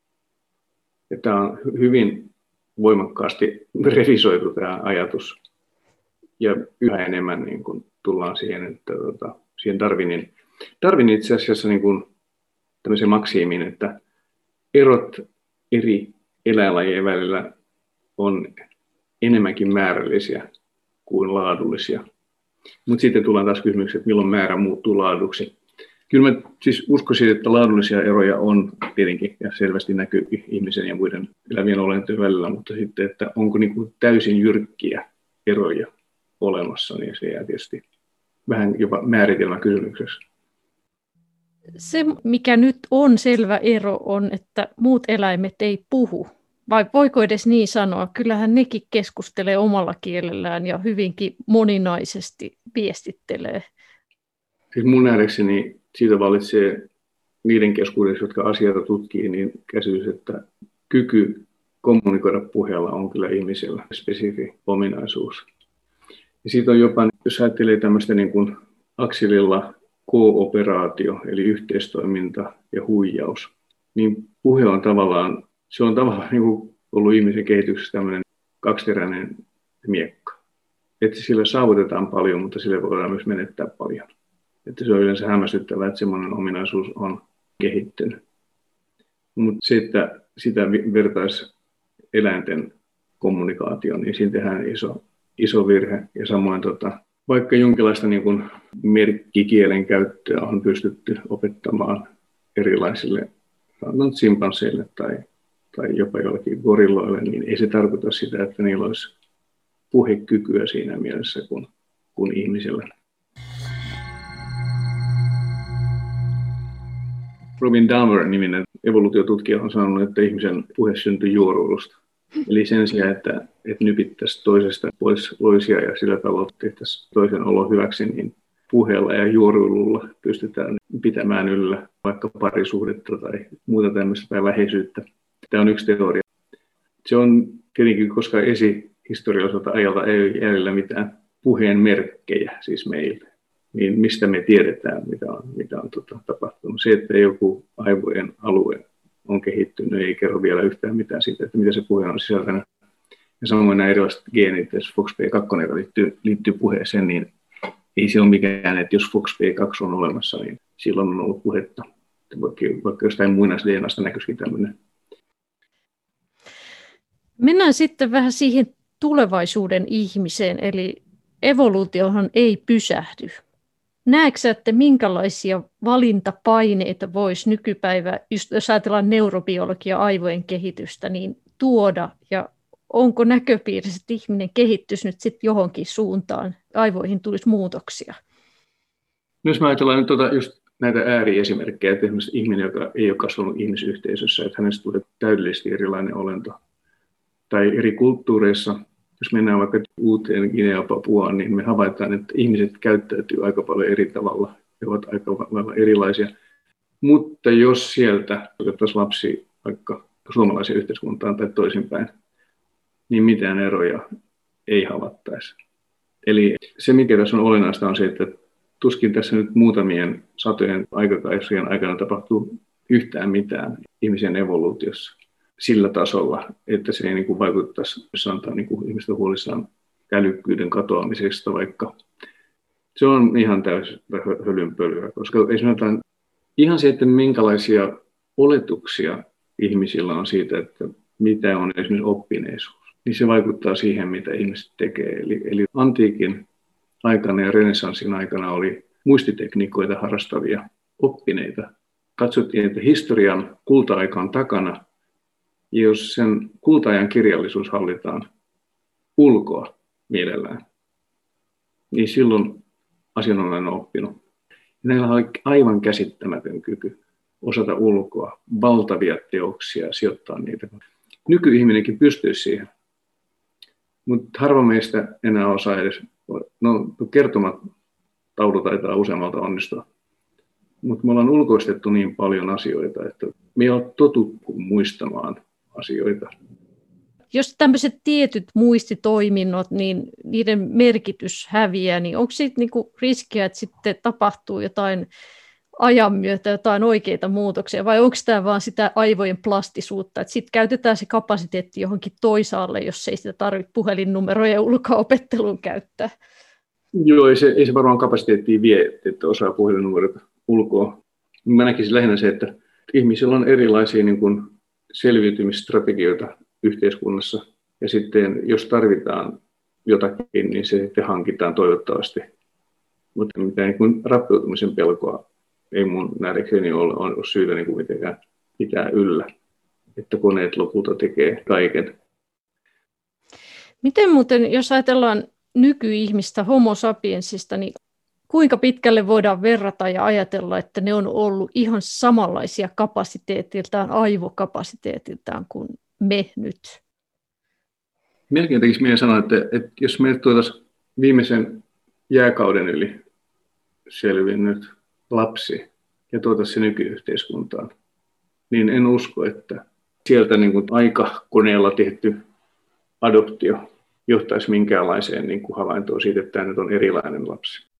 Ja tämä on hyvin voimakkaasti revisoitu tämä ajatus. Ja yhä enemmän niin kuin tullaan siihen, että siihen Darwin itse asiassa niin kuin tämmöisen maksiimin, että erot eri eläinlajien välillä on enemmänkin määrällisiä kuin laadullisia. Mutta sitten tullaan taas kysymykseen, että milloin määrä muuttuu laaduksi. Kyllä mä siis uskoisin, että laadullisia eroja on tietenkin ja selvästi näkyy ihmisen ja muiden elävien olentojen välillä, mutta sitten, että onko niin kuin täysin jyrkkiä eroja olemassa, niin se jää tietysti vähän jopa määritelmäkysymyksessä. Se, mikä nyt on selvä ero, on, että muut eläimet ei puhu. Vai voiko edes niin sanoa? Kyllähän nekin keskustelee omalla kielellään ja hyvinkin moninaisesti viestittelee. Siis mun nähdäkseni siitä valitsee niiden keskuudessa, jotka asioita tutkii, niin käsitys, että kyky kommunikoida puheella on kyllä ihmisellä spesifi ominaisuus. Ja siitä on jopa, jos ajattelee tämmöistä niin kuin akselilla kooperaatio, eli yhteistoiminta ja huijaus, niin puhe on tavallaan niin kuin ollut ihmisen kehityksessä tämmöinen kaksiteräinen miekka. Että sillä saavutetaan paljon, mutta sillä voidaan myös menettää paljon. Että se on yleensä hämmästyttävää, että semmoinen ominaisuus on kehittynyt. Mutta se, että sitä vertaisi eläinten kommunikaatioon, niin siinä tehdään iso virhe. Ja samoin vaikka jonkinlaista niin kuin merkkikielen käyttöä on pystytty opettamaan erilaisille simpansseille tai jopa jollakin gorilloille, niin ei se tarkoita sitä, että niillä olisi puhekykyä siinä mielessä kuin ihmisellä. Robin Dahmer-niminen evoluutiotutkija on sanonut, että ihmisen puhe syntyy juoruilusta. Eli sen sijaan, että nypittäisiin toisesta pois loisia ja sillä tavalla tehtäisiin toisen olo hyväksi, niin puheella ja juoruilulla pystytään pitämään yllä vaikka parisuhdetta tai muuta tämmöistä tai läheisyyttä. Tämä on yksi teoria. Se on tietenkin, koska esihistorialliselta ajalta ei jäljellä mitään puheen merkkejä siis meille, niin mistä me tiedetään, mitä on tapahtunut. Se, että joku aivojen alue on kehittynyt, ei kerro vielä yhtään mitään siitä, että mitä se puhe on sisältänyt. Ja samoin nämä erilaiset geenit, jos FOXP2 liittyy puheeseen, niin ei se ole mikään, että jos FOXP2 on olemassa, niin silloin on ollut puhetta. Vaikka jostain muinais-DNAsta näkyisikin tämmöinen. Mennään sitten vähän siihen tulevaisuuden ihmiseen, eli evoluutiohan ei pysähdy. Näetkö sä, että minkälaisia valintapaineita voisi nykypäivä, jos ajatellaan neurobiologia aivojen kehitystä, niin tuoda, ja onko näköpiirissä, että ihminen kehittyisi nyt sitten johonkin suuntaan, aivoihin tulisi muutoksia? Jos me ajatellaan nyt just näitä ääriesimerkkejä, että esimerkiksi ihminen, joka ei ole kasvanut ihmisyhteisössä, että hänestä tulee täydellisesti erilainen olento, tai eri kulttuureissa, jos mennään vaikka uuteen Guinea-Papuaan, niin me havaitaan, että ihmiset käyttäytyy aika paljon eri tavalla. He ovat aika lailla erilaisia. Mutta jos sieltä otettaisiin lapsi vaikka suomalaiseen yhteiskuntaan tai toisinpäin, niin mitään eroja ei havattaisi. Eli se, mikä tässä on olennaista, on se, että tuskin tässä nyt muutamien satojen aikakausien aikana tapahtuu yhtään mitään ihmisen evoluutiossa sillä tasolla, että se ei niin kuin vaikuttaisi, jos antaa niin kuin ihmisten huolissaan älykkyyden katoamisesta vaikka. Se on ihan täysin hölynpölyä, koska esimerkiksi ihan se, että minkälaisia oletuksia ihmisillä on siitä, että mitä on esimerkiksi oppineisuus, niin se vaikuttaa siihen, mitä ihmiset tekee. Eli antiikin aikana ja renessanssin aikana oli muistitekniikoita harrastavia oppineita. Katsottiin, että historian kulta-aika on takana. Ja jos sen kulta-ajan kirjallisuus hallitaan ulkoa mielellään, niin silloin asianomainen on oppinut. Näillä oli aivan käsittämätön kyky osata ulkoa valtavia teoksia, sijoittaa niitä. Nykyihminenkin pystyisi siihen, mutta harva meistä enää osaa edes. No, kertomat taulu taitaa useammalta onnistua, mutta me ollaan ulkoistettu niin paljon asioita, että me ei ole totuttu muistamaan asioita. Jos tämmöiset tietyt muistitoiminnot, niin niiden merkitys häviää, niin onko siitä niinku riskiä, että sitten tapahtuu jotain ajan myötä, jotain oikeita muutoksia, vai onko tämä vaan sitä aivojen plastisuutta, että sitten käytetään se kapasiteetti johonkin toisaalle, jos ei sitä tarvitse puhelinnumeroja ulkoopetteluun käyttää? Joo, ei se varmaan kapasiteettia vie, että osaa puhelinnumeroita ulkoa. Mä näkisin lähinnä se, että ihmisillä on erilaisia niin kuin selviytymisstrategioita yhteiskunnassa, ja sitten jos tarvitaan jotakin, niin se sitten hankitaan toivottavasti. Mutta mitään niin rappeutumisen pelkoa ei mun nähdäkseni ole syytä niin kuin mitenkään pitää yllä, että koneet lopulta tekee kaiken. Miten muuten, jos ajatellaan nykyihmistä, homo sapiensista, niin kuinka pitkälle voidaan verrata ja ajatella, että ne on ollut ihan samanlaisia kapasiteetiltaan, aivokapasiteetiltaan kuin me nyt? Melkein tekisi mieli sanoa, että jos me tuotaisiin viimeisen jääkauden yli selvinnyt lapsi ja tuotaisiin se nykyyhteiskuntaan, niin en usko, että sieltä niin kuin aikakoneella tehty adoptio johtaisi minkäänlaiseen niin kuin havaintoon siitä, että tämä nyt on erilainen lapsi.